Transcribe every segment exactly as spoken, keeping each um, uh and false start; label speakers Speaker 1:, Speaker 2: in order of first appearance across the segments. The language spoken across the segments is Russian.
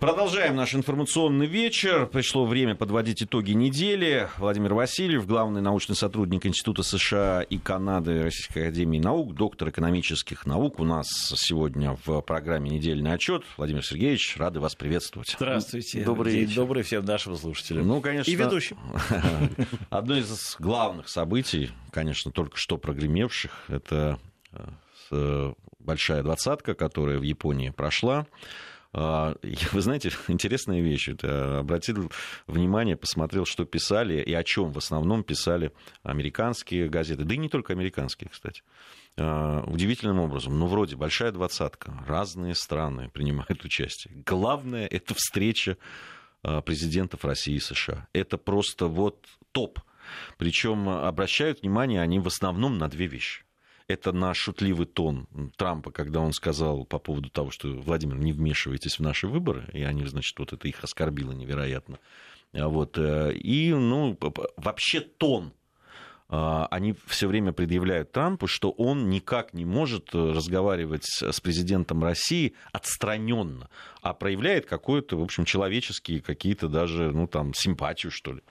Speaker 1: Продолжаем наш информационный вечер. Пришло время подводить итоги недели. Владимир Васильев, главный научный сотрудник Института США и Канады Российской академии наук, доктор экономических наук. У нас сегодня в программе «Недельный отчет». Владимир Сергеевич, рады вас приветствовать.
Speaker 2: Здравствуйте.
Speaker 1: Добрый
Speaker 2: День
Speaker 1: вечер.
Speaker 2: добрый всем нашим слушателям.
Speaker 1: Ну, конечно,
Speaker 2: и ведущим.
Speaker 1: Одно из главных событий, конечно, только что прогремевших, это большая двадцатка, которая в Японии прошла. Вы знаете, интересная вещь. Я обратил внимание, посмотрел, что писали и о чем в основном писали американские газеты. Да и не только американские, кстати. Удивительным образом. Ну, вроде большая двадцатка. Разные страны принимают участие. Главное — это встреча президентов России и США. Это просто вот топ. Причем обращают внимание они в основном на две вещи. Это на шутливый тон Трампа, когда он сказал по поводу того, что, Владимир, не вмешивайтесь в наши выборы, и они, значит, вот это их оскорбило невероятно. Вот. И, ну, вообще тон они все время предъявляют Трампу, что он никак не может разговаривать с президентом России отстраненно, а проявляет какое-то, в общем, человеческие какие-то даже, ну, там, симпатию, что ли.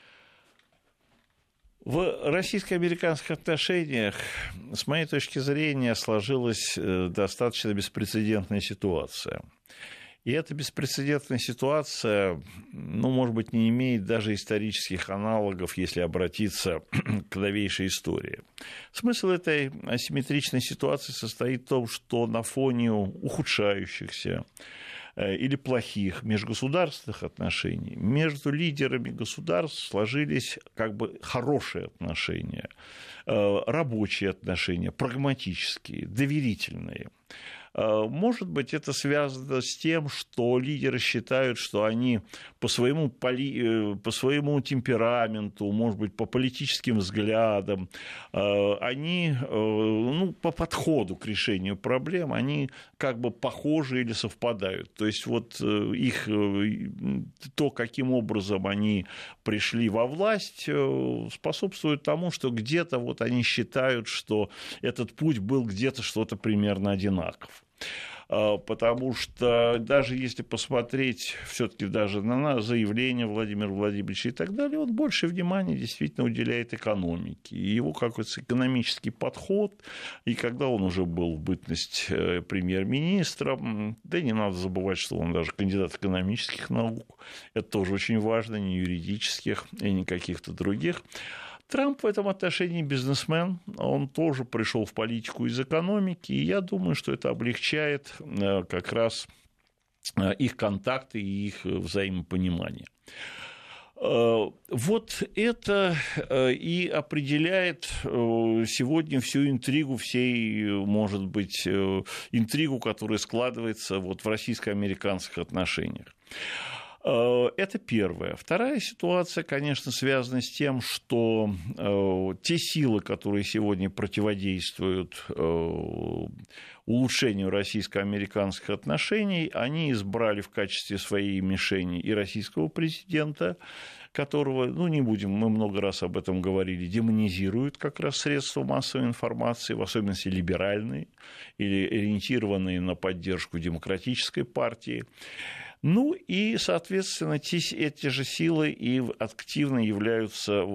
Speaker 2: В российско-американских отношениях, с моей точки зрения, сложилась достаточно беспрецедентная ситуация. И эта беспрецедентная ситуация, ну, может быть, не имеет даже исторических аналогов, если обратиться к новейшей истории. Смысл этой асимметричной ситуации состоит в том, что на фоне ухудшающихся или плохих межгосударственных отношений между лидерами государств сложились как бы хорошие отношения, рабочие отношения, прагматические, доверительные. Может быть, это связано с тем, что лидеры считают, что они по своему, поли... по своему темпераменту, может быть, по политическим взглядам, они, ну, по подходу к решению проблем, они как бы похожи или совпадают. То есть вот их, то, каким образом они пришли во власть, способствует тому, что где-то вот они считают, что этот путь был где-то что-то примерно одинаков. Потому что даже если посмотреть все-таки даже на заявление Владимира Владимировича и так далее, он больше внимания действительно уделяет экономике. И его какой-то экономический подход, и когда он уже был в бытность премьер-министром, да и не надо забывать, что он даже кандидат экономических наук, это тоже очень важно, не юридических и не каких-то других. Трамп в этом отношении бизнесмен, он тоже пришел в политику из экономики, и я думаю, что это облегчает как раз их контакты и их взаимопонимание. Вот это и определяет сегодня всю интригу, всей, может быть, интригу, которая складывается вот в российско-американских отношениях. Это первое. Вторая ситуация, конечно, связана с тем, что э, те силы, которые сегодня противодействуют э, улучшению российско-американских отношений, они избрали в качестве своей мишени и российского президента, которого, ну, не будем, мы много раз об этом говорили, демонизируют как раз средства массовой информации, в особенности либеральные или ориентированные на поддержку демократической партии. Ну и, соответственно, эти же силы и активно являются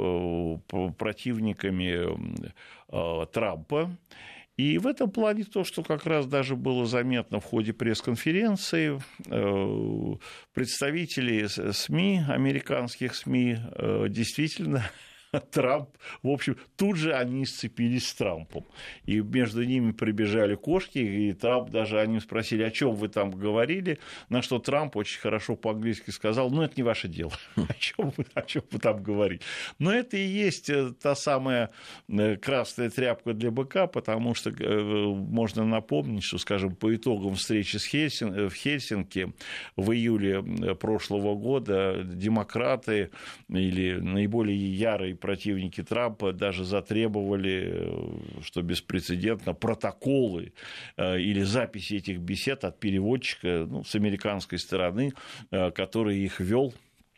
Speaker 2: противниками Трампа. И в этом плане то, что как раз даже было заметно в ходе пресс-конференции, представители СМИ, американских СМИ, действительно... Трамп, в общем, тут же они сцепились с Трампом. И между ними прибежали кошки, и Трамп даже, они спросили, о чем вы там говорили, на что Трамп очень хорошо по-английски сказал, ну, это не ваше дело, о чем вы, о чем вы там говорите. Но это и есть та самая красная тряпка для быка, потому что можно напомнить, что, скажем, по итогам встречи с Хельсин... в Хельсинки в июле прошлого года демократы или наиболее ярые противники Трампа даже затребовали, что беспрецедентно, протоколы или записи этих бесед от переводчика, ну, с американской стороны, который их вел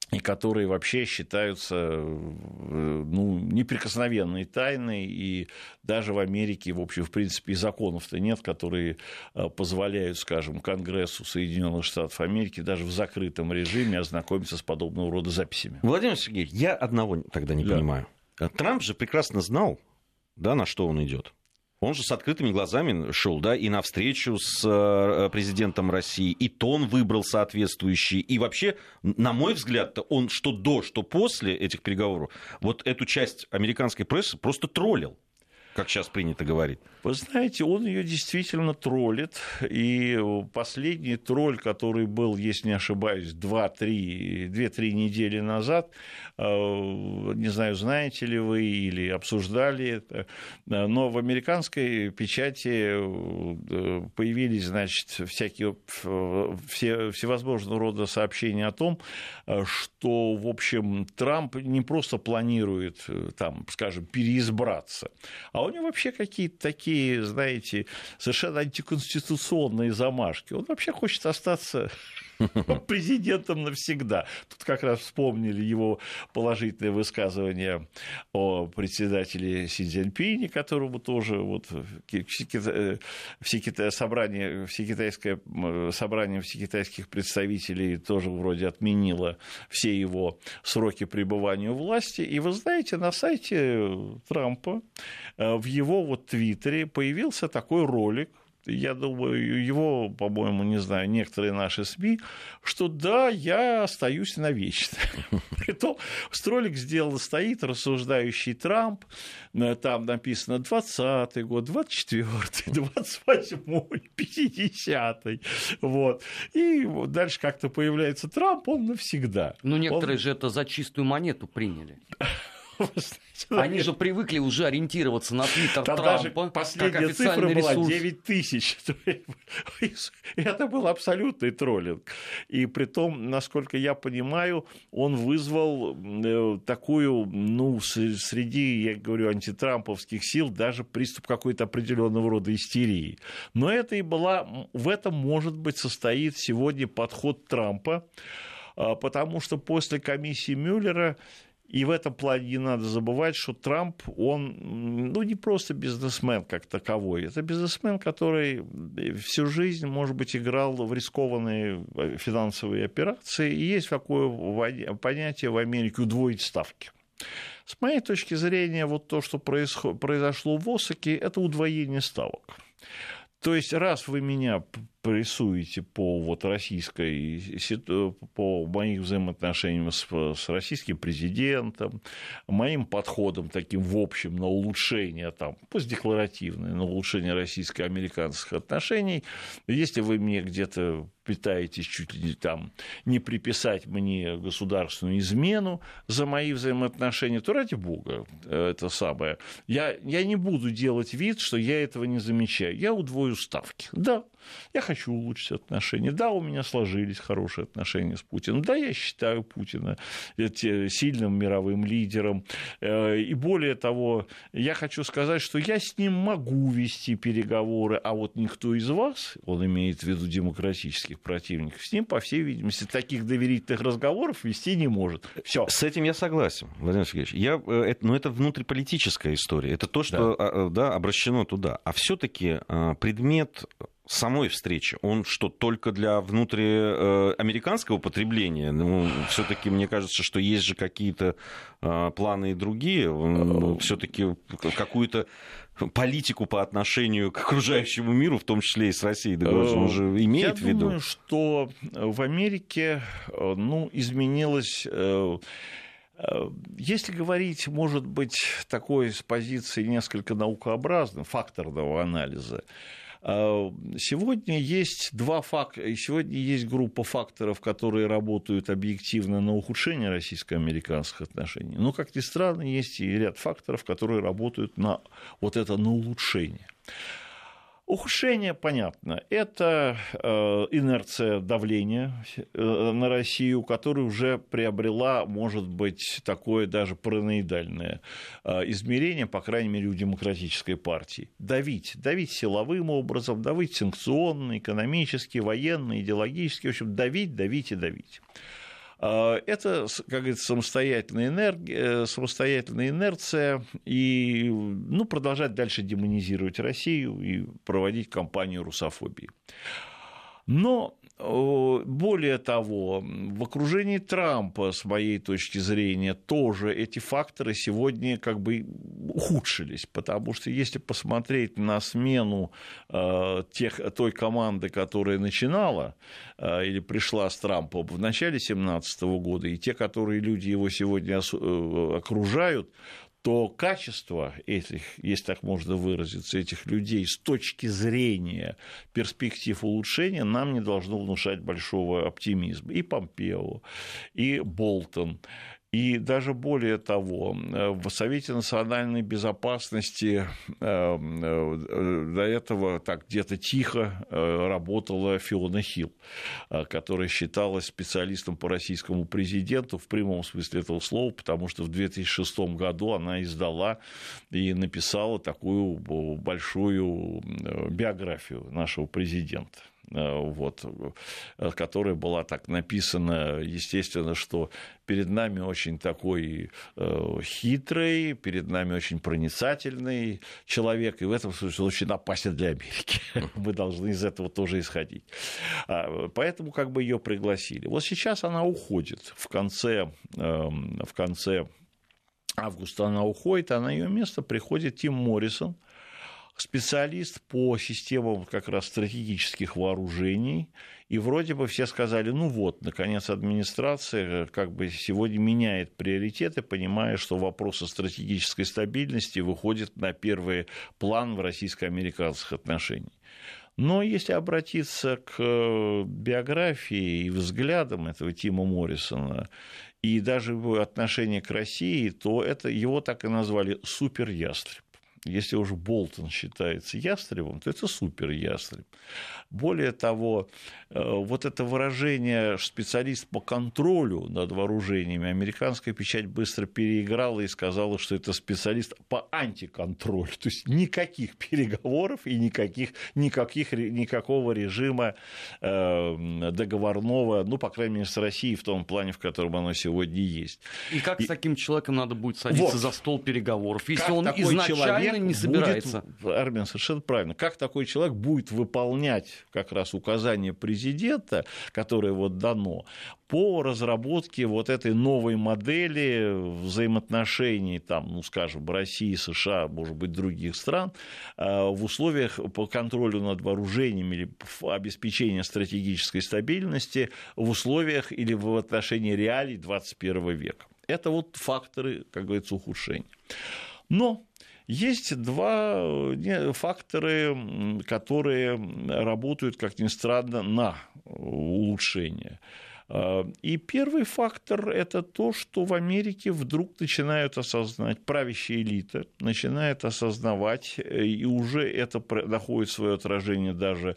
Speaker 2: и которые вообще считаются ну, неприкосновенной тайной, и даже в Америке, в общем, в принципе, и законов-то нет, которые позволяют, скажем, Конгрессу Соединенных Штатов Америки даже в закрытом режиме ознакомиться с подобного рода записями.
Speaker 1: Владимир Сергеевич, я одного тогда не да. понимаю. Трамп же прекрасно знал, да, на что он идет. Он же с открытыми глазами шел, да, и на встречу с президентом России, и тон выбрал соответствующий. И вообще, на мой взгляд, он что до, что после этих переговоров, вот эту часть американской прессы просто троллил, как сейчас принято говорить.
Speaker 2: Вы знаете, он ее действительно троллит, и последний тролль, который был, если не ошибаюсь, две-три недели назад, не знаю, знаете ли вы или обсуждали это, но в американской печати появились, значит, всякие все, всевозможного рода сообщения о том, что, в общем, Трамп не просто планирует, там, скажем, переизбраться, а у него вообще какие-то такие, знаете, совершенно антиконституционные замашки. Он вообще хочет остаться президентом навсегда. Тут как раз вспомнили его положительное высказывание о председателе Си Цзиньпине, которому тоже вот все собрание, всекитайское собрание всекитайских представителей тоже вроде отменило все его сроки пребывания у власти. И вы знаете, на сайте Трампа в его вот твиттере появился такой ролик, я думаю, его, по-моему, не знаю, некоторые наши СМИ, что да, я остаюсь навечно. Притом ролик сделан, стоит рассуждающий Трамп, там написано двадцатый год, двадцать четвёртый, двадцать восьмой, пятидесятый, вот. И дальше как-то появляется Трамп, он навсегда.
Speaker 3: Ну, некоторые он... же это за чистую монету приняли. Они же привыкли уже ориентироваться на твиттер Трампа. Даже
Speaker 2: последняя цифра была девять тысяч. Это был абсолютный троллинг. И при том, насколько я понимаю, он вызвал такую, ну, среди, я говорю, антитрамповских сил даже приступ какой-то определенного рода истерии. Но это и была, в этом, может быть, состоит сегодня подход Трампа, потому что после комиссии Мюллера, и в этом плане не надо забывать, что Трамп, он, ну, не просто бизнесмен как таковой, это бизнесмен, который всю жизнь, может быть, играл в рискованные финансовые операции, и есть такое понятие в Америке удвоить ставки. С моей точки зрения, вот то, что произошло в Осаке, это удвоение ставок. То есть, раз вы меня прессуете по вот российской, по моим взаимоотношениям с, с российским президентом, моим подходом таким в общем на улучшение, там, пусть декларативное, на улучшение российско-американских отношений, если вы мне где-то пытаетесь чуть ли там не приписать мне государственную измену за мои взаимоотношения, то ради бога, это самое. Я, я не буду делать вид, что я этого не замечаю. Я удвою ставки. Да, я хочу улучшить отношения. Да, у меня сложились хорошие отношения с Путиным. Да, я считаю Путина сильным мировым лидером. И более того, я хочу сказать, что я с ним могу вести переговоры, а вот никто из вас, он имеет в виду демократических противников, с ним, по всей видимости, таких доверительных разговоров вести не может. Всё.
Speaker 1: С этим я согласен, Владимир Сергеевич. Я, это, но это внутриполитическая история. Это то, что да. Да, обращено туда. А все-таки предмет самой встречи, он что, только для внутриамериканского потребления? Ну, все-таки мне кажется, что есть же какие-то планы и другие. Все-таки какую-то политику по отношению к окружающему миру, в том числе и с Россией, он же имеет
Speaker 2: Я
Speaker 1: в виду? Я
Speaker 2: думаю, что в Америке, ну, изменилось... Если говорить, может быть, такой с позиции несколько наукообразной, факторного анализа, сегодня есть два фактора, сегодня есть группа факторов, которые работают объективно на ухудшение российско-американских отношений. Но, как ни странно, есть и ряд факторов, которые работают на вот это на улучшение. Ухудшение, понятно, это инерция давления на Россию, которая уже приобрела, может быть, такое даже параноидальное измерение, по крайней мере, у демократической партии. Давить, давить силовым образом, давить санкционно, экономически, военно, идеологически, в общем, давить, давить и давить. Это, как говорится, самостоятельная, энергия, самостоятельная инерция и ну, продолжать дальше демонизировать Россию и проводить кампанию русофобии. Но более того, в окружении Трампа, с моей точки зрения, тоже эти факторы сегодня как бы ухудшились, потому что если посмотреть на смену тех, той команды, которая начинала или пришла с Трампом в начале две тысячи семнадцатого года, и те, которые люди его сегодня окружают, то качество этих, если так можно выразиться, этих людей с точки зрения перспектив улучшения нам не должно внушать большого оптимизма. И Помпео, и Болтон, и даже более того, в Совете национальной безопасности до этого так где-то тихо работала Фиона Хилл, которая считалась специалистом по российскому президенту в прямом смысле этого слова, потому что в две тысячи шестом году она издала и написала такую большую биографию нашего президента. Вот, которая была так написана, естественно, что перед нами очень такой хитрый, перед нами очень проницательный человек, и в этом смысле очень опасен для Америки. Мы должны из этого тоже исходить. Поэтому как бы ее пригласили. Вот сейчас она уходит в конце, в конце августа она уходит, а на ее место приходит Тим Моррисон, специалист по системам как раз стратегических вооружений, и вроде бы все сказали, ну вот, наконец, администрация как бы сегодня меняет приоритеты, понимая, что вопросы стратегической стабильности выходят на первый план в российско-американских отношениях. Но если обратиться к биографии и взглядам этого Тима Моррисона, и даже его отношение к России, то это, его так и назвали суперястреб. Если уж Болтон считается ястребом, то это суперястреб. Более того, вот это выражение «специалист по контролю над вооружениями» американская печать быстро переиграла и сказала, что это специалист по антиконтролю. То есть никаких переговоров и никаких, никаких, никакого режима договорного, ну, по крайней мере, с Россией в том плане, в котором оно сегодня есть.
Speaker 3: И как
Speaker 2: и...
Speaker 3: с таким человеком надо будет садиться
Speaker 2: вот.
Speaker 3: за стол переговоров, если
Speaker 2: как
Speaker 3: он изначально не собирается?
Speaker 2: Будет, Армен, совершенно правильно. Как такой человек будет выполнять как раз указание президента, которое вот дано, по разработке вот этой новой модели взаимоотношений, там, ну, скажем, России, США, может быть, других стран, в условиях по контролю над вооружениями или обеспечения стратегической стабильности в условиях или в отношении реалий двадцать первого века. Это вот факторы, как говорится, ухудшения. Но есть два фактора, которые работают, как ни странно, на улучшение. И первый фактор – это то, что в Америке вдруг начинают осознать, правящая элита начинает осознавать, и уже это находит свое отражение даже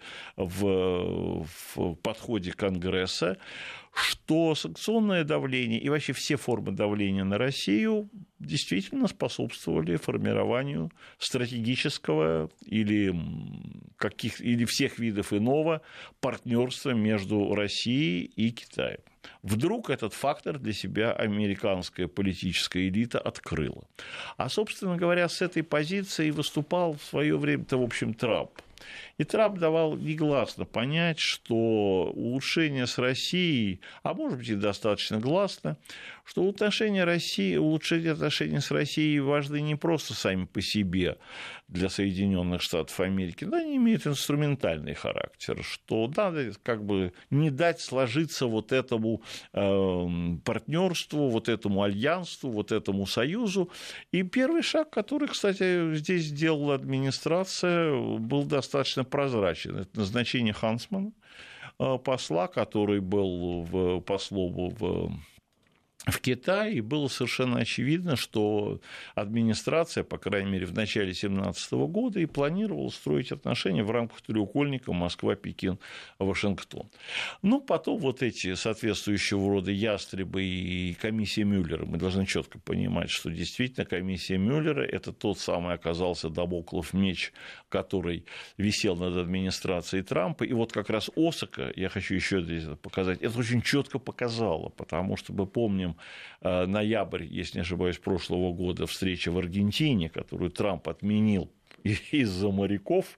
Speaker 2: в, в подходе Конгресса, что санкционное давление и вообще все формы давления на Россию действительно способствовали формированию стратегического или, каких, или всех видов иного партнерства между Россией и Китаем. Вдруг этот фактор для себя американская политическая элита открыла. А, собственно говоря, с этой позиции выступал в свое время-то, в общем, Трамп. И Трамп давал негласно понять, что улучшение с Россией, а может быть и достаточно гласно, что отношения России, улучшение отношений с Россией важны не просто сами по себе для Соединенных Штатов Америки, но они имеют инструментальный характер, что надо как бы не дать сложиться вот этому э, партнерству, вот этому альянсу, вот этому союзу. И первый шаг, который, кстати, здесь сделала администрация, был достаточно прозрачен. Это назначение Хансмана, посла, который был в, послом в в Китае, и было совершенно очевидно, что администрация, по крайней мере, в начале две тысячи семнадцатого года и планировала строить отношения в рамках треугольника Москва, Пекин, Вашингтон. Ну, потом вот эти соответствующего рода ястребы и комиссия Мюллера, мы должны четко понимать, что действительно комиссия Мюллера – это тот самый оказался дамоклов меч, который висел над администрацией Трампа, и вот как раз Осака, я хочу еще здесь показать, это очень четко показало, потому что мы помним ноябрь, если не ошибаюсь, прошлого года, встреча в Аргентине, которую Трамп отменил из-за моряков.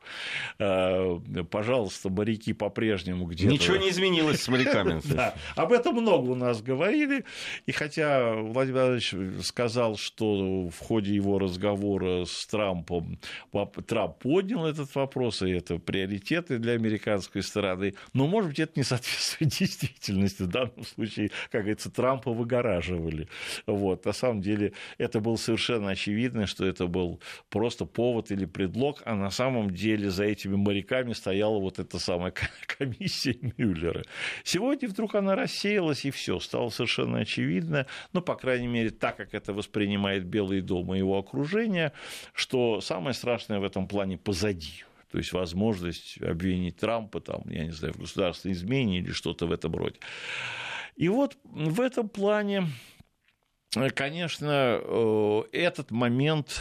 Speaker 2: Пожалуйста, моряки по-прежнему где-то...
Speaker 1: Ничего не изменилось с моряками.
Speaker 2: Да, об этом много у нас говорили. И хотя Владимир Владимирович сказал, что в ходе его разговора с Трампом Трамп поднял этот вопрос, и это приоритеты для американской стороны, но, может быть, это не соответствует действительности. В данном случае, как говорится, Трампа выгораживали. Вот. На самом деле, это было совершенно очевидно, что это был просто повод или предлог, а на самом деле за этими моряками стояла вот эта самая комиссия Мюллера. Сегодня вдруг она рассеялась, и все, стало совершенно очевидно, ну, по крайней мере, так, как это воспринимает Белый дом и его окружение, что самое страшное в этом плане позади. То есть возможность обвинить Трампа, там, я не знаю, в государственной измене или что-то в этом роде. И вот в этом плане... Конечно, этот момент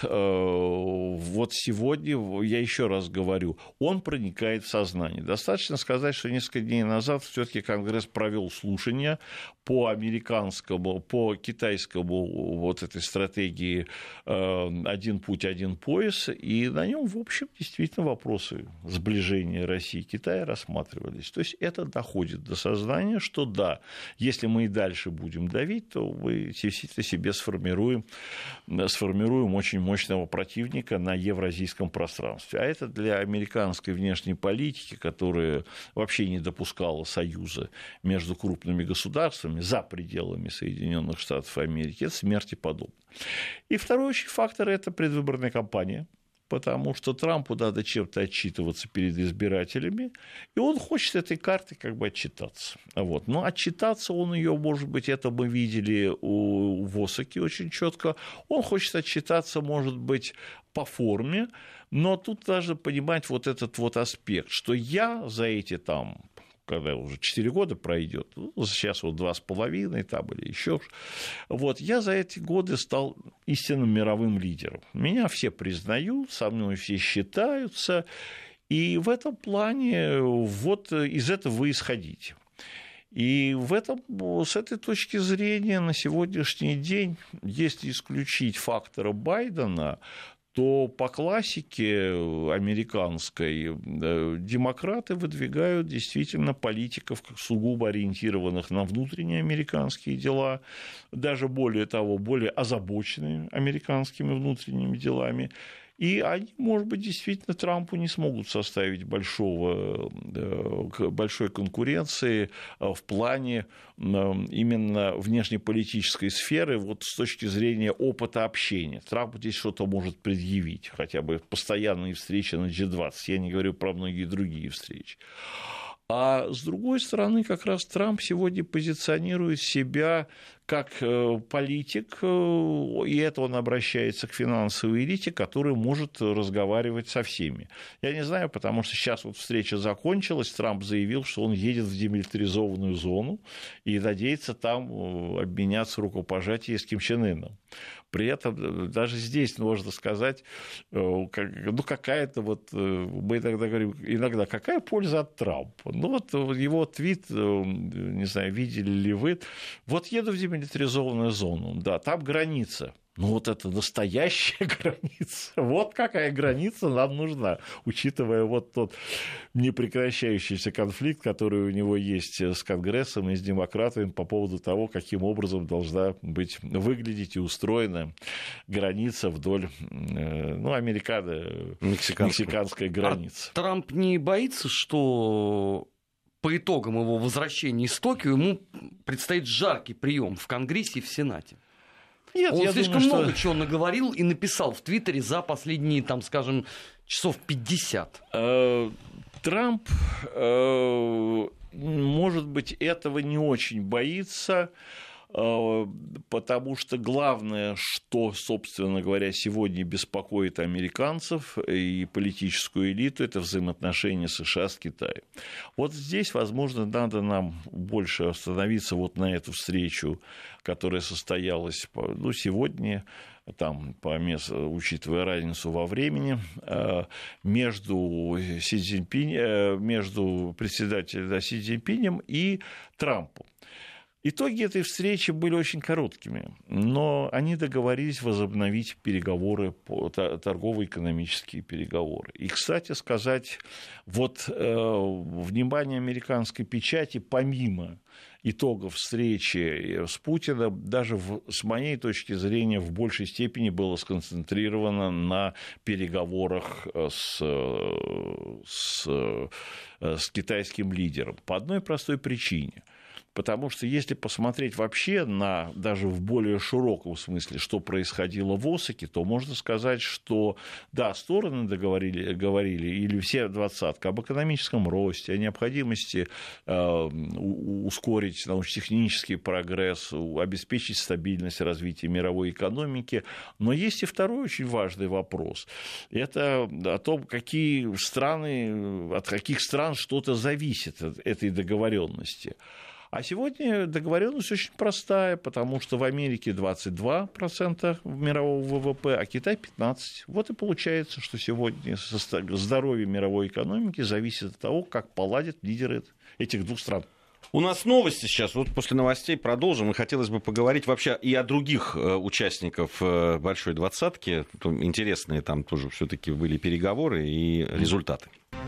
Speaker 2: вот сегодня, я еще раз говорю, он проникает в сознание. Достаточно сказать, что несколько дней назад все-таки Конгресс провел слушания по американскому, по китайскому вот этой стратегии «один путь, один пояс», и на нем, в общем, действительно вопросы сближения России и Китая рассматривались. То есть это доходит до сознания, что да, если мы и дальше будем давить, то мы действительно себе сформируем, сформируем очень мощного противника на евразийском пространстве. А это для американской внешней политики, которая вообще не допускала союза между крупными государствами за пределами Соединенных Штатов Америки, это смерти подобно. И второй очень фактор – это предвыборная кампания. Потому что Трампу надо чем-то отчитываться перед избирателями, и он хочет этой картой как бы отчитаться. Вот. Но отчитаться он ее, может быть, это мы видели у Осаки очень четко, он хочет отчитаться, может быть, по форме, но тут даже понимать вот этот вот аспект, что я за эти там... когда уже четыре года пройдет, ну, сейчас вот два с половиной там или еще, вот, я за эти годы стал истинным мировым лидером. Меня все признают, со мной все считаются, и в этом плане вот из этого вы исходите. И в этом, с этой точки зрения на сегодняшний день, если исключить фактора Байдена, то по классике американской демократы выдвигают действительно политиков, как сугубо ориентированных на внутренние американские дела, даже более того, более озабоченные американскими внутренними делами. И они, может быть, действительно Трампу не смогут составить большого, большой конкуренции в плане именно внешнеполитической сферы, вот с точки зрения опыта общения. Трамп здесь что-то может предъявить, хотя бы постоянные встречи на джи двадцать, я не говорю про многие другие встречи. А с другой стороны, как раз Трамп сегодня позиционирует себя как политик, и это он обращается к финансовой элите, которая может разговаривать со всеми. Я не знаю, потому что сейчас вот встреча закончилась, Трамп заявил, что он едет в демилитаризованную зону и надеется там обменяться рукопожатием с Ким Чен Ыном. При этом даже здесь можно сказать, ну, какая-то вот, мы иногда говорим, иногда, какая польза от Трампа? Ну, вот его твит, не знаю, видели ли вы, вот еду в демилитаризованную зону, да, там граница. Ну, вот это настоящая граница. Вот какая граница нам нужна, учитывая вот тот непрекращающийся конфликт, который у него есть с Конгрессом и с демократами по поводу того, каким образом должна быть выглядеть и устроена граница вдоль, ну, американо- мексиканской границы.
Speaker 3: А Трамп не боится, что по итогам его возвращения из Токио ему предстоит жаркий прием в Конгрессе и в Сенате?
Speaker 2: Нет,
Speaker 3: он
Speaker 2: я
Speaker 3: слишком
Speaker 2: думаю,
Speaker 3: много
Speaker 2: что...
Speaker 3: чего наговорил и написал в Твиттере за последние, там, скажем, часов пятьдесят.
Speaker 2: Трамп, может быть, этого не очень боится. потому что главное, что, собственно говоря, сегодня беспокоит американцев и политическую элиту, это взаимоотношения США с Китаем. Вот здесь, возможно, надо нам больше остановиться вот на эту встречу, которая состоялась ну, сегодня, там, по месту, учитывая разницу во времени, между, Си Цзиньпинь, между председателем Си Цзиньпинем и Трампом. Итоги этой встречи были очень короткими, но они договорились возобновить переговоры, торгово-экономические переговоры. И, кстати сказать, вот э, внимание американской печати, помимо итогов встречи с Путиным, даже в, с моей точки зрения, в большей степени было сконцентрировано на переговорах с, с, с китайским лидером. По одной простой причине. Потому что если посмотреть вообще на, даже в более широком смысле, что происходило в Осаке, то можно сказать, что, да, стороны договорили, говорили, или все двадцатка, об экономическом росте, о необходимости э, ускорить научно-технический прогресс, обеспечить стабильность развития мировой экономики. Но есть и второй очень важный вопрос. Это о том, какие страны, от каких стран что-то зависит от этой договоренности. А сегодня договоренность очень простая, потому что в Америке двадцать два процента мирового ВВП, а Китай пятнадцать процентов. Вот и получается, что сегодня здоровье мировой экономики зависит от того, как поладят лидеры этих двух стран.
Speaker 1: У нас новости сейчас, вот после новостей продолжим, и хотелось бы поговорить вообще и о других участников Большой двадцатки. Интересные там тоже все-таки были переговоры и результаты.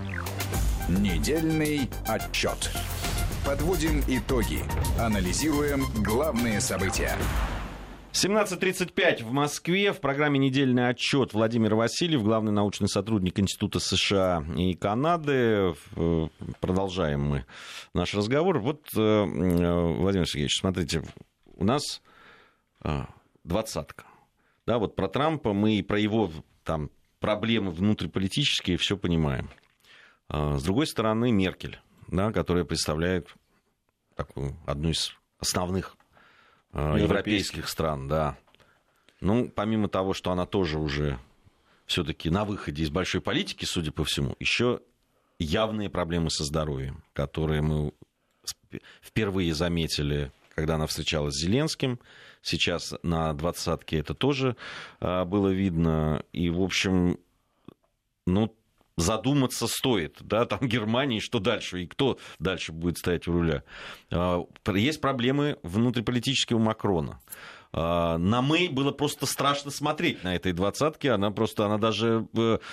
Speaker 4: Недельный отчет. Подводим итоги. Анализируем главные события.
Speaker 1: семнадцать тридцать пять в Москве. В программе «Недельный отчет» Владимир Васильев, главный научный сотрудник Института США и Канады. Продолжаем мы наш разговор. Вот, Владимир Сергеевич, смотрите, у нас двадцатка. Да, вот про Трампа мы и про его там проблемы внутриполитические все понимаем. С другой стороны, Меркель, да, которая представляет такую, одну из основных э, европейских стран. Да. Ну, помимо того, что она тоже уже все-таки на выходе из большой политики, судя по всему, еще явные проблемы со здоровьем, которые мы впервые заметили, когда она встречалась с Зеленским. Сейчас на двадцатке это тоже э, было видно. И, в общем, ну, задуматься стоит, да, там Германии, что дальше, и кто дальше будет стоять у руля. Есть проблемы внутриполитические у Макрона. На Мэй было просто страшно смотреть на этой двадцатке, она просто, она даже,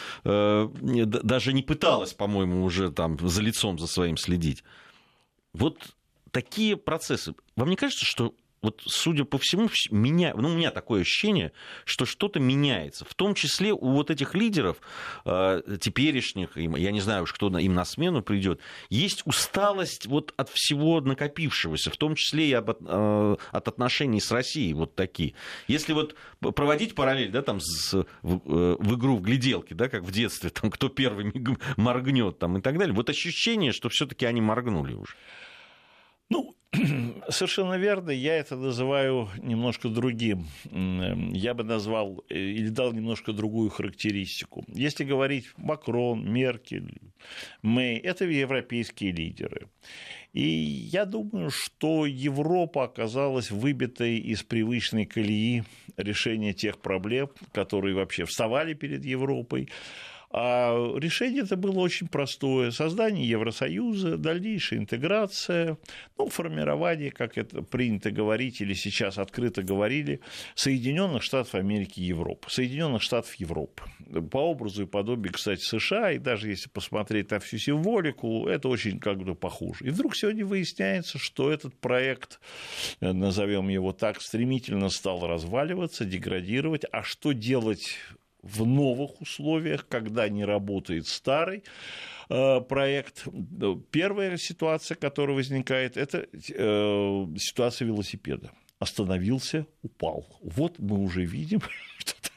Speaker 1: даже не пыталась, по-моему, уже там за лицом за своим следить. Вот такие процессы. Вам не кажется, что вот, судя по всему, меня, ну, у меня такое ощущение, что что-то меняется. В том числе у вот этих лидеров, э, теперешних, я не знаю уж, кто им на смену придет, есть усталость вот от всего накопившегося, в том числе и об, э, от отношений с Россией, вот такие. Если вот проводить параллель, да, там, с, в, э, в игру в гляделки, да, как в детстве, там, кто первый моргнет, там, и так далее, вот ощущение, что все-таки они моргнули уже.
Speaker 2: Ну, совершенно верно, я это называю немножко другим. Я бы назвал или дал немножко другую характеристику. Если говорить Макрон, Меркель, Мэй, это европейские лидеры. И я думаю, что Европа оказалась выбитой из привычной колеи решения тех проблем, которые вообще вставали перед Европой. А решение это было очень простое. Создание Евросоюза, дальнейшая интеграция, ну, формирование, как это принято говорить, или сейчас открыто говорили, Соединенных Штатов Америки и Европы. Соединенных Штатов Европы. По образу и подобию, кстати, США, и даже если посмотреть на всю символику, это очень как бы похоже. И вдруг сегодня выясняется, что этот проект, назовем его так, стремительно стал разваливаться, деградировать. А что делать в новых условиях, когда не работает старый э, проект? Первая ситуация, которая возникает, это э, ситуация велосипеда. Остановился, упал. Вот мы уже видим, что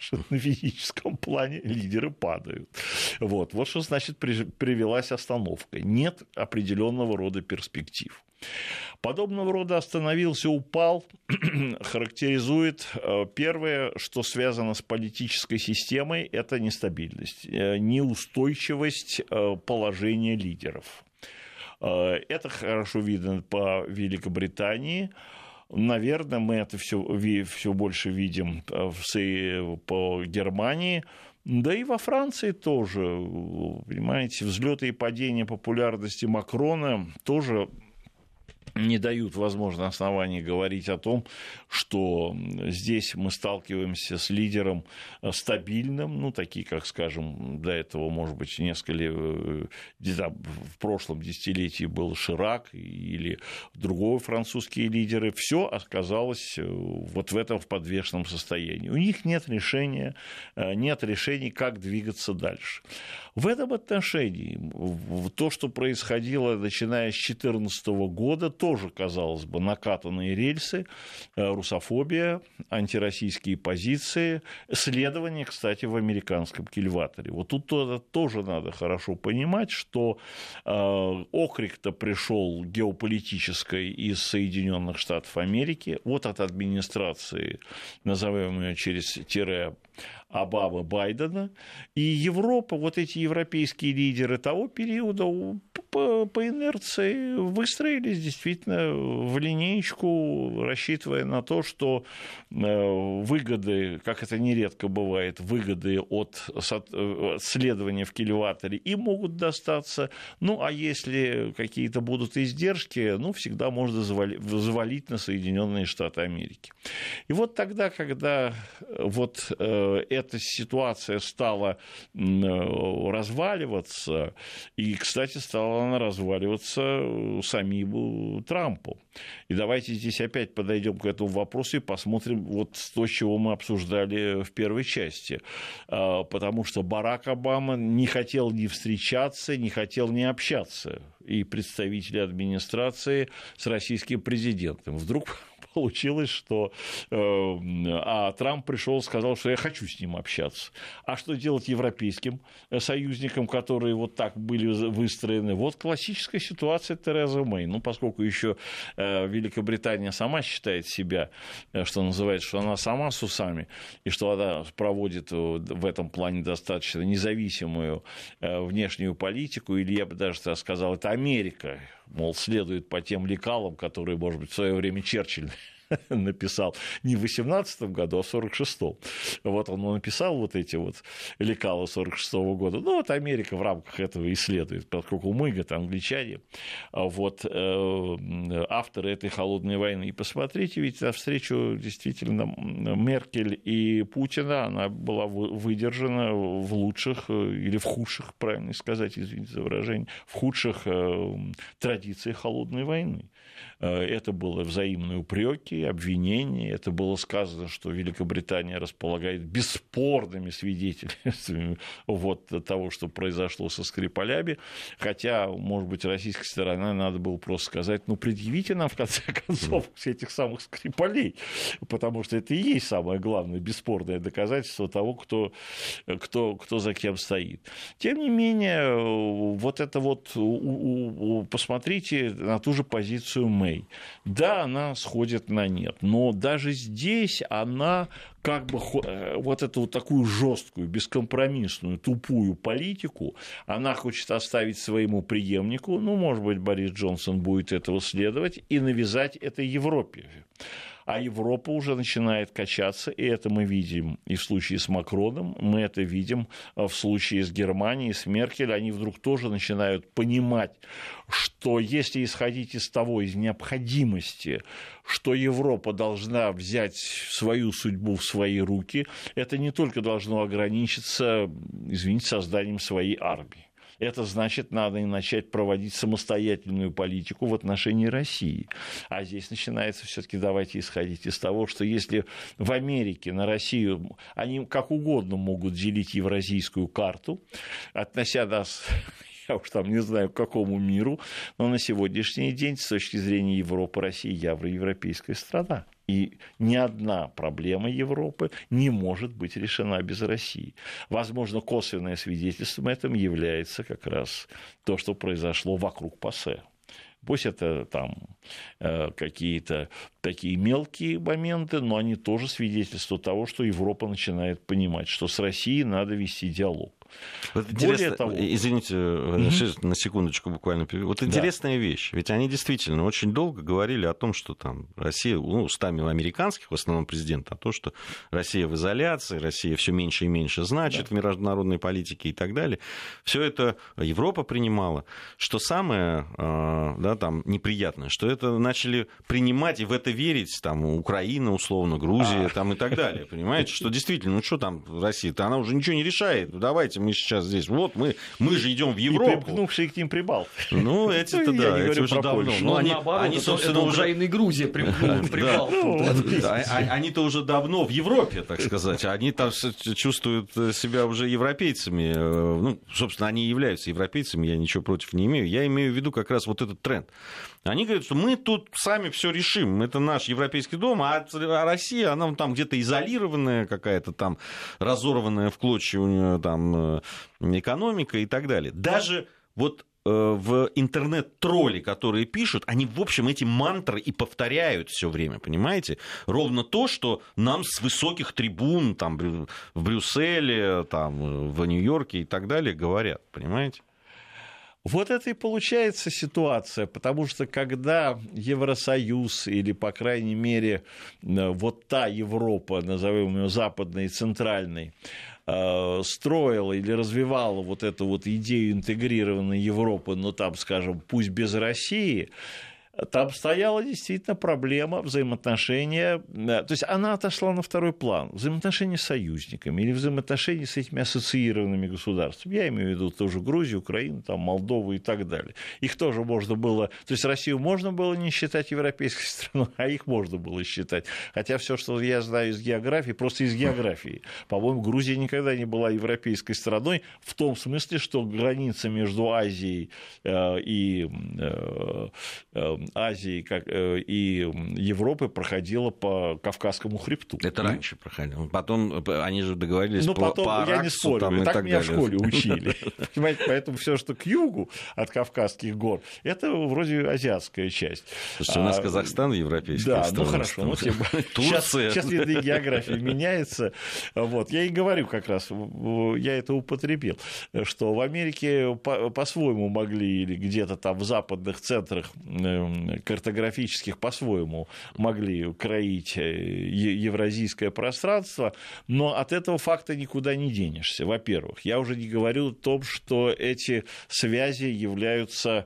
Speaker 2: на физическом плане лидеры падают. Вот, вот что значит привелась остановка. Нет определенного рода перспектив. Подобного рода остановился, упал, характеризует первое, что связано с политической системой, это нестабильность, неустойчивость положения лидеров. Это хорошо видно по Великобритании. Наверное, мы это все, все больше видим по Германии. Да и во Франции тоже, понимаете, взлеты и падения популярности Макрона тоже не дают, возможно, оснований говорить о том, что здесь мы сталкиваемся с лидером стабильным, ну, такие, как, скажем, до этого, может быть, несколько лет, в прошлом десятилетии был Ширак или другие французские лидеры, все оказалось вот в этом в подвешенном состоянии. У них нет решения, нет решений, как двигаться дальше. В этом отношении то, что происходило, начиная с две тысячи четырнадцатого года, тоже, казалось бы, накатанные рельсы, русофобия, антироссийские позиции, следование, кстати, в американском кильваторе. Вот тут тоже надо хорошо понимать, что окрик-то пришел геополитической из Соединенных Штатов Америки, вот от администрации, назовем ее через тире, Обамы, Байдена, и Европа, вот эти европейские лидеры того периода по, по инерции выстроились действительно в линеечку, рассчитывая на то, что выгоды, как это нередко бывает, выгоды от следования в кильваторе им могут достаться, ну, а если какие-то будут издержки, ну, всегда можно завалить на Соединенные Штаты Америки. И вот тогда, когда вот эта ситуация стала разваливаться, и, кстати, стала она разваливаться самим Трампу. И давайте здесь опять подойдем к этому вопросу и посмотрим вот то, чего мы обсуждали в первой части. Потому что Барак Обама не хотел ни встречаться, не хотел ни общаться, и представители администрации с российским президентом. Вдруг получилось, что э, а Трамп пришел и сказал, что я хочу с ним общаться. А что делать европейским союзникам, которые вот так были выстроены? Вот классическая ситуация Терезы Мэй. Ну, поскольку еще э, Великобритания сама считает себя, э, что называется, что она сама с усами, и что она проводит в этом плане достаточно независимую э, внешнюю политику, или я бы даже сказал, это Америка, мол, следует по тем лекалам, которые, может быть, в свое время Черчилль написал не в восемнадцатом году, а в сорок шестом. Вот он написал вот эти вот лекалы сорок шестого года. Ну, вот Америка в рамках этого исследует, поскольку мы, говорят, англичане, вот авторы этой холодной войны. И посмотрите, ведь навстречу действительно Меркель и Путина, она была выдержана в лучших или в худших, правильно сказать, извините за выражение, в худших традициях холодной войны. Это было взаимные упреки, обвинения, это было сказано, что Великобритания располагает бесспорными свидетельствами вот того, что произошло со Скрипалями, хотя, может быть, российской стороне надо было просто сказать, ну, предъявите нам, в конце концов, этих самых Скрипалей, потому что это и есть самое главное, бесспорное доказательство того, кто, кто, кто за кем стоит. Тем не менее, вот это вот, посмотрите на ту же позицию Мэй. Да, она сходит на нет, но даже здесь она как бы вот эту вот такую жесткую, бескомпромиссную, тупую политику она хочет оставить своему преемнику, ну, может быть, Борис Джонсон будет этого следовать, и навязать это Европе. А Европа уже начинает качаться, и это мы видим и в случае с Макроном, мы это видим в случае с Германией, с Меркель. Они вдруг тоже начинают понимать, что если исходить из того, из необходимости, что Европа должна взять свою судьбу в свои руки, это не только должно ограничиться, извините, созданием своей армии. Это значит, надо начать проводить самостоятельную политику в отношении России. А здесь начинается все-таки, давайте исходить из того, что если в Америке на Россию они как угодно могут делить евразийскую карту, относя нас, я уж там не знаю, к какому миру, но на сегодняшний день, с точки зрения Европы, Россия евроевропейская страна. И ни одна проблема Европы не может быть решена без России. Возможно, косвенное свидетельством этому является как раз то, что произошло вокруг ПАСЕ. Пусть это там э, какие-то такие мелкие моменты, но они тоже свидетельствуют того, что Европа начинает понимать, что с Россией надо вести диалог.
Speaker 1: Вот Более того... Извините, mm-hmm. на секундочку буквально. Вот интересная да. вещь. Ведь они действительно очень долго говорили о том, что там Россия, ну, устами американских, в основном президента, о том, что Россия в изоляции, Россия все меньше и меньше значит да. в международной политике и так далее. Все это Европа принимала. Что самое да, там, неприятное, что это начали принимать и в это верить там, Украина, условно, Грузия а. там, и так далее. Понимаете, что действительно, ну что там Россия-то, она уже ничего не решает. Давайте мы сейчас здесь, вот мы, мы же идем в Европу.
Speaker 2: И примкнувшие к ним прибалты.
Speaker 1: Ну, эти-то да, эти уже давно.
Speaker 3: Ну, они, они, собственно, уже... Украина и Грузия примкнули к прибалтам.
Speaker 1: Они-то уже давно в Европе, так сказать. Они там чувствуют себя уже европейцами. Ну, собственно, они являются европейцами, я ничего против не имею. Я имею в виду как раз вот этот тренд. Они говорят, что мы тут сами все решим. Это наш европейский дом, а Россия, она там где-то изолированная какая-то, там разорванная в клочья у нее там экономика и так далее. Даже вот в интернет-тролли, которые пишут, они, в общем, эти мантры и повторяют все время, понимаете? Ровно то, что нам с высоких трибун там, в Брюсселе, там, в Нью-Йорке и так далее говорят, понимаете?
Speaker 2: Вот это и получается ситуация, потому что когда Евросоюз или, по крайней мере, вот та Европа, назовем ее западной и центральной, строила или развивала вот эту вот идею интегрированной Европы, но там, скажем, пусть без России, там стояла действительно проблема взаимоотношения, то есть она отошла на второй план, взаимоотношения с союзниками или взаимоотношения с этими ассоциированными государствами. Я имею в виду тоже Грузию, Украину, там, Молдову и так далее. Их тоже можно было, то есть Россию можно было не считать европейской страной, а их можно было считать. Хотя все, что я знаю из географии, просто из географии. По-моему, Грузия никогда не была европейской страной в том смысле, что граница между Азией и Азии и Европы проходила по Кавказскому хребту.
Speaker 1: Это раньше проходило. Потом они же договорились
Speaker 2: ну,
Speaker 1: по,
Speaker 2: потом,
Speaker 1: по Араксу.
Speaker 2: Я не спорю,
Speaker 1: там,
Speaker 2: так,
Speaker 1: так
Speaker 2: меня
Speaker 1: далее.
Speaker 2: в школе учили. Понимаете, поэтому все, что к югу от Кавказских гор, это вроде азиатская часть.
Speaker 1: Слушайте, у нас а, Казахстан европейский.
Speaker 2: Да, ну хорошо. Ну, типа, сейчас, сейчас, видно, география меняется. Вот. Я и говорю как раз, я это употребил, что в Америке по- по-своему могли или где-то там в западных центрах картографических по-своему могли кроить евразийское пространство, но от этого факта никуда не денешься, во-первых. Я уже не говорю о том, что эти связи являются,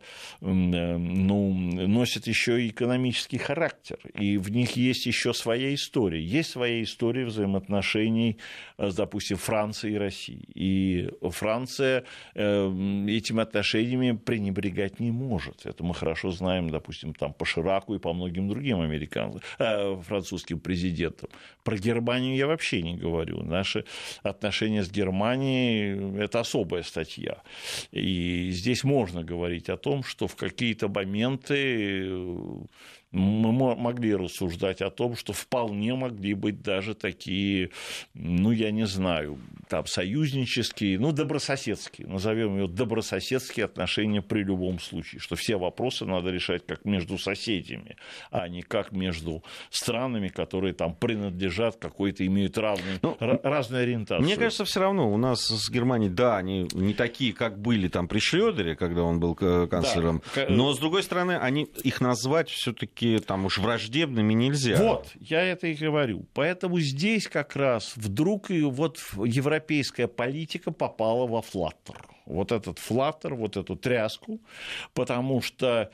Speaker 2: ну, носят еще и экономический характер, и в них есть еще своя история. Есть своя история взаимоотношений, допустим, Франции и России. И Франция этими отношениями пренебрегать не может. Это мы хорошо знаем, допустим, там, по Шираку и по многим другим американским, э, французским президентам. Про Германию я вообще не говорю. Наши отношения с Германией – это особая статья. И здесь можно говорить о том, что в какие-то моменты мы могли рассуждать о том, что вполне могли быть даже такие, ну, я не знаю, там, союзнические, ну, добрососедские, назовем ее добрососедские отношения при любом случае, что все вопросы надо решать как между соседями, а не как между странами, которые там принадлежат какой-то, имеют разную, ну, разную ориентацию.
Speaker 1: Мне кажется, все равно у нас с Германией, да, они не такие, как были там при Шрёдере, когда он был канцлером, да. Но, с другой стороны, они, их назвать все-таки там уж враждебными нельзя.
Speaker 2: Вот, я это и говорю. Поэтому здесь как раз вдруг и вот европейская политика попала во флаттер. Вот этот флаттер, вот эту тряску, потому что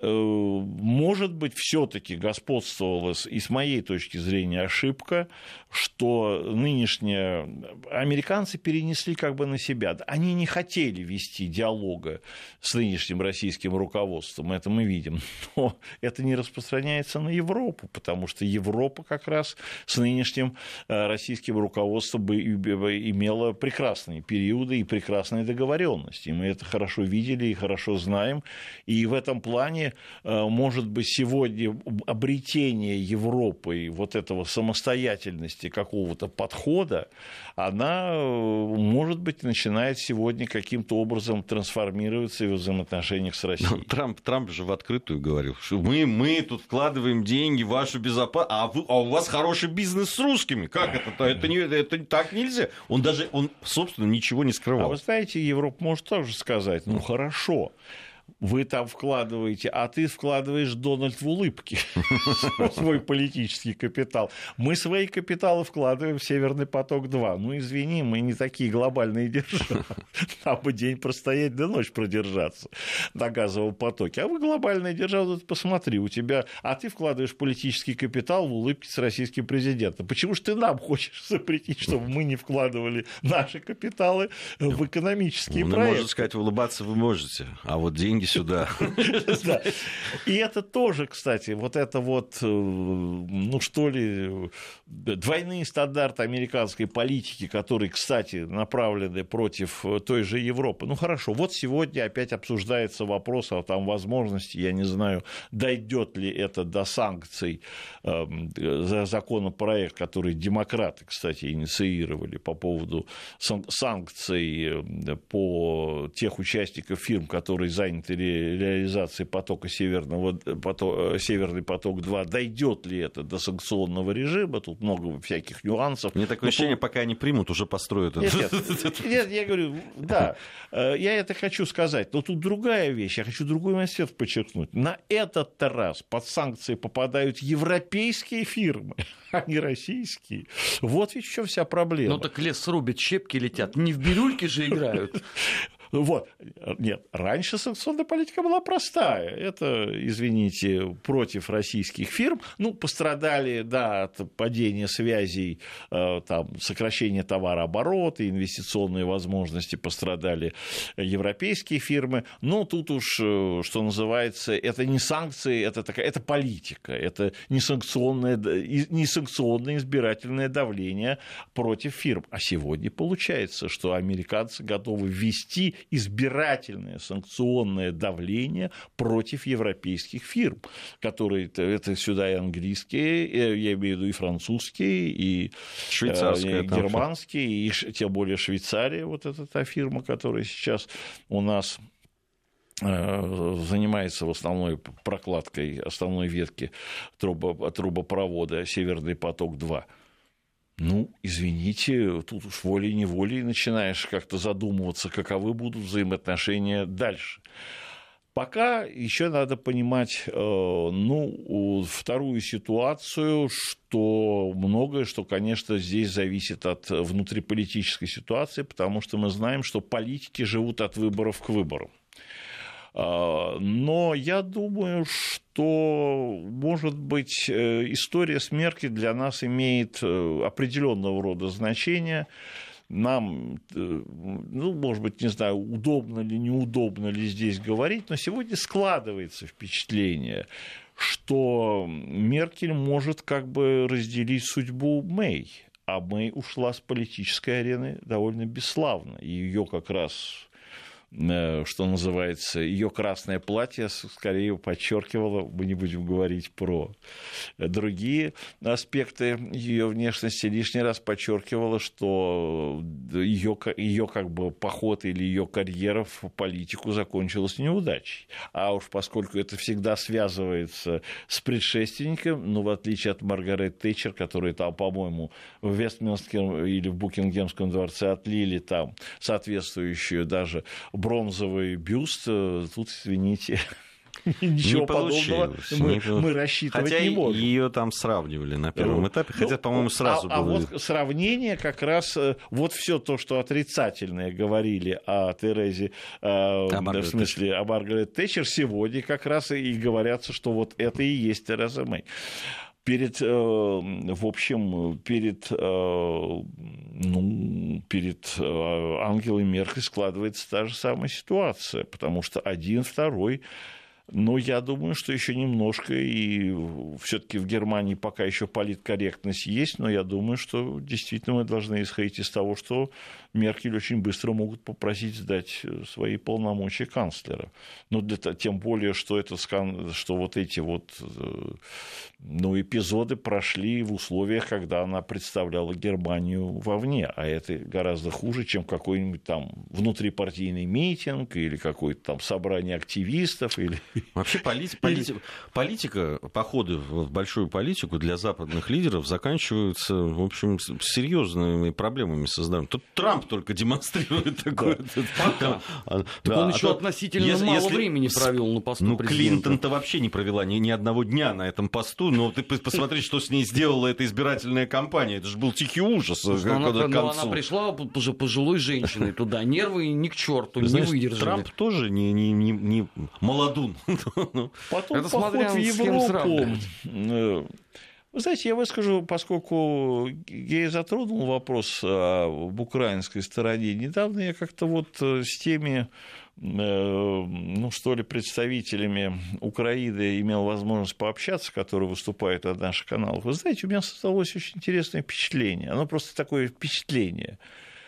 Speaker 2: может быть, все-таки господствовала, и с моей точки зрения, ошибка, что нынешние американцы перенесли как бы на себя. Они не хотели вести диалога с нынешним российским руководством, это мы видим, но это не распространяется на Европу, потому что Европа как раз с нынешним российским руководством бы имела прекрасные периоды и прекрасные договоренности. Мы это хорошо видели и хорошо знаем, и в этом плане стороны, может быть, сегодня обретение Европой вот этого самостоятельности какого-то подхода, она, может быть, начинает сегодня каким-то образом трансформироваться в взаимоотношениях с Россией.
Speaker 1: Но Трамп, Трамп же в открытую говорил, что мы, мы тут вкладываем деньги в вашу безопасность, а, вы, а у вас хороший бизнес с русскими. Как это? Это, не, это так нельзя. Он даже, он, собственно, ничего не скрывал.
Speaker 2: А вы знаете, Европа может тоже сказать, ну хорошо, вы там вкладываете, а ты вкладываешь, Дональд, в улыбки свой политический капитал. Мы свои капиталы вкладываем в Северный поток-два. Ну, извини, мы не такие глобальные державы. Нам бы день простоять, да ночь продержаться на газовом потоке. А вы глобальная держава, тут посмотри, у тебя... А ты вкладываешь политический капитал в улыбки с российским президентом. Почему же ты нам хочешь запретить, чтобы мы не вкладывали наши капиталы в экономические
Speaker 1: ну,
Speaker 2: проекты?
Speaker 1: Можно сказать, улыбаться вы можете, а вот деньги сюда.
Speaker 2: Да. И это тоже, кстати, вот это вот, ну что ли, двойные стандарты американской политики, которые, кстати, направлены против той же Европы. Ну хорошо, вот сегодня опять обсуждается вопрос о там возможности, я не знаю, дойдет ли это до санкций, за законопроект, который демократы, кстати, инициировали по поводу санкций по тех участников фирм, которые заняты реализацией потока Северного, поток, Северный поток-два, дойдет ли это до санкционного режима, тут много всяких нюансов.
Speaker 1: Мне такое
Speaker 2: Но
Speaker 1: ощущение,
Speaker 2: по...
Speaker 1: пока они примут, уже построят это.
Speaker 2: Нет, нет, нет, я говорю, да, я это хочу сказать, но тут другая вещь, я хочу другой момент подчеркнуть. На этот раз под санкции попадают европейские фирмы, а не российские. Вот ведь в чем вся проблема.
Speaker 3: Ну так лес рубят, щепки летят, не в бирюльке же играют.
Speaker 2: Вот. Нет, раньше санкционная политика была простая. Это, извините, против российских фирм. Ну, пострадали, да, от падения связей, там, сокращения товарооборота, инвестиционные возможности пострадали европейские фирмы. Но тут уж, что называется, это не санкции, это, такая, это политика, это не санкционное, не санкционное избирательное давление против фирм. А сегодня получается, что американцы готовы ввести избирательное санкционное давление против европейских фирм, которые это сюда и английские, я имею в виду и французские, и
Speaker 1: швейцарские,
Speaker 2: и германские, и тем более Швейцария, вот эта та фирма, которая сейчас у нас занимается в основной прокладкой основной ветки трубопровода «Северный поток-два». Ну, извините, тут уж волей-неволей начинаешь как-то задумываться, каковы будут взаимоотношения дальше. Пока еще надо понимать, ну, вторую ситуацию, что многое, что, конечно, здесь зависит от внутриполитической ситуации, потому что мы знаем, что политики живут от выборов к выборам. Но я думаю, что, может быть, история с Меркель для нас имеет определенного рода значение. Нам, ну, может быть, не знаю, удобно ли, неудобно ли здесь говорить, но сегодня складывается впечатление, что Меркель может как бы разделить судьбу Мэй, а Мэй ушла с политической арены довольно бесславно, и ее как раз... что называется, ее красное платье скорее подчеркивало, мы не будем говорить про другие аспекты ее внешности, лишний раз подчеркивало, что ее, ее как бы поход или ее карьера в политику закончилась неудачей. А уж поскольку это всегда связывается с предшественником, ну, в отличие от Маргарет Тэтчер, которая там, по-моему, в Вестминстерском или в Букингемском дворце отлили там соответствующую даже бронзовый бюст, тут, извините, ничего
Speaker 1: не
Speaker 2: подобного мы, мы рассчитывать
Speaker 1: хотя
Speaker 2: не можем.
Speaker 1: Ее там сравнивали на первом этапе, хотя, ну, по-моему, сразу
Speaker 2: а,
Speaker 1: было...
Speaker 2: А вот сравнение как раз, вот все то, что отрицательное говорили о Терезе,
Speaker 1: а
Speaker 2: в смысле, о Маргарет Тэтчер, сегодня как раз и говорятся, что вот это и есть Тереза Мэй. Перед, в общем, перед, ну, перед Ангелой Меркель складывается та же самая ситуация, потому что один, второй Но я думаю, что еще немножко, и все-таки в Германии пока еще политкорректность есть, но я думаю, что действительно мы должны исходить из того, что Меркель очень быстро могут попросить сдать свои полномочия канцлера. Но для, тем более, что, это, что вот эти вот ну, эпизоды прошли в условиях, когда она представляла Германию вовне, а это гораздо хуже, чем какой-нибудь там внутрипартийный митинг или какое-то там собрание активистов. Или...
Speaker 1: Вообще полит... полит... политика, походы в большую политику для западных лидеров заканчиваются, в общем, серьезными проблемами создают. Тут Трамп только демонстрирует такое.
Speaker 3: Пока. Так он еще относительно мало времени провел на посту
Speaker 1: президента. Ну, Клинтон-то вообще не провела ни одного дня на этом посту, но ты посмотри, что с ней сделала эта избирательная кампания. Это же был тихий ужас.
Speaker 3: Она пришла уже пожилой женщиной туда, нервы ни к черту не выдержали.
Speaker 1: Трамп тоже не, не, не, не молодун.
Speaker 2: Потом это поход в Европу. Вы знаете, я выскажу, поскольку я затронул вопрос об украинской стороне. Недавно я как-то вот с теми, ну, что ли, представителями Украины имел возможность пообщаться, которые выступают на наших каналах. Вы знаете, у меня создалось очень интересное впечатление. Оно просто такое впечатление,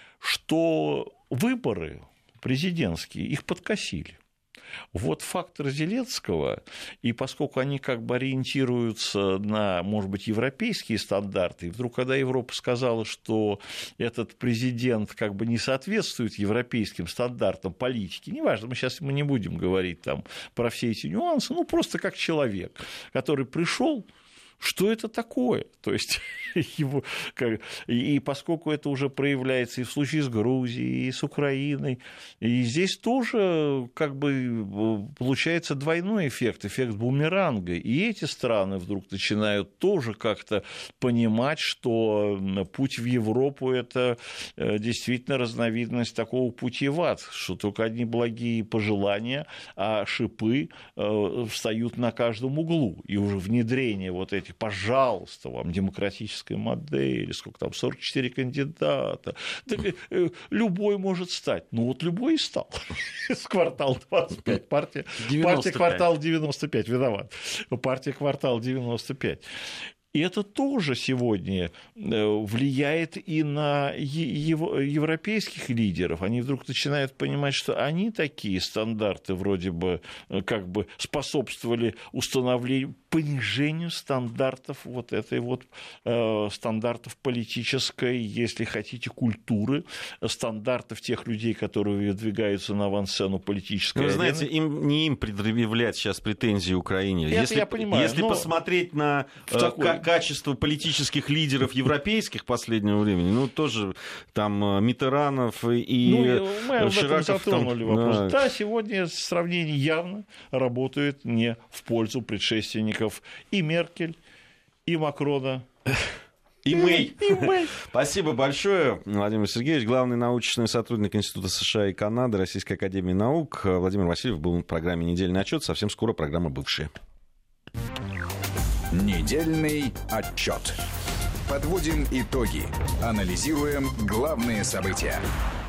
Speaker 2: что выборы президентские их подкосили. Вот фактор Зеленского, и поскольку они как бы ориентируются на, может быть, европейские стандарты, и вдруг, когда Европа сказала, что этот президент как бы не соответствует европейским стандартам политики, неважно, мы сейчас мы не будем говорить там про все эти нюансы, ну, просто как человек, который пришел, что это такое? То есть, его, как, и поскольку это уже проявляется и в случае с Грузией, и с Украиной, и здесь тоже как бы получается двойной эффект, эффект бумеранга. И эти страны вдруг начинают тоже как-то понимать, что путь в Европу – это действительно разновидность такого пути в ад, что только одни благие пожелания, а шипы встают на каждом углу. И уже внедрение вот этих пожалуйста, вам демократическая модель, сколько там, сорок четыре кандидата. Так, э, любой может стать. Ну вот любой и стал. С квартала двадцать пять. Партия, партия квартал девяносто пять, виноват. Партия квартал девяносто пять. И это тоже сегодня влияет и на европейских лидеров. Они вдруг начинают понимать, что они такие стандарты вроде бы как бы способствовали установлению, понижению стандартов вот этой вот э, стандартов политической, если хотите, культуры, стандартов тех людей, которые выдвигаются на авансцену политической арены.
Speaker 1: Вы знаете, им, не им предъявлять сейчас претензии Украине.
Speaker 2: Это
Speaker 1: если
Speaker 2: я понимаю,
Speaker 1: если посмотреть на такой... качество политических лидеров европейских последнего времени, ну, тоже там Миттеранов и
Speaker 2: ну, мы
Speaker 1: Шираков.
Speaker 2: Там, да. да, сегодня сравнение явно работает не в пользу предшественников и Меркель, и Макрона.
Speaker 1: И Мэй. И Мэй. Спасибо большое, Владимир Сергеевич, главный научный сотрудник Института США и Канады Российской академии наук. Владимир Васильев был в программе «Недельный отчет». Совсем скоро программа «Бывшие».
Speaker 4: Недельный отчет. Подводим итоги. Анализируем главные события.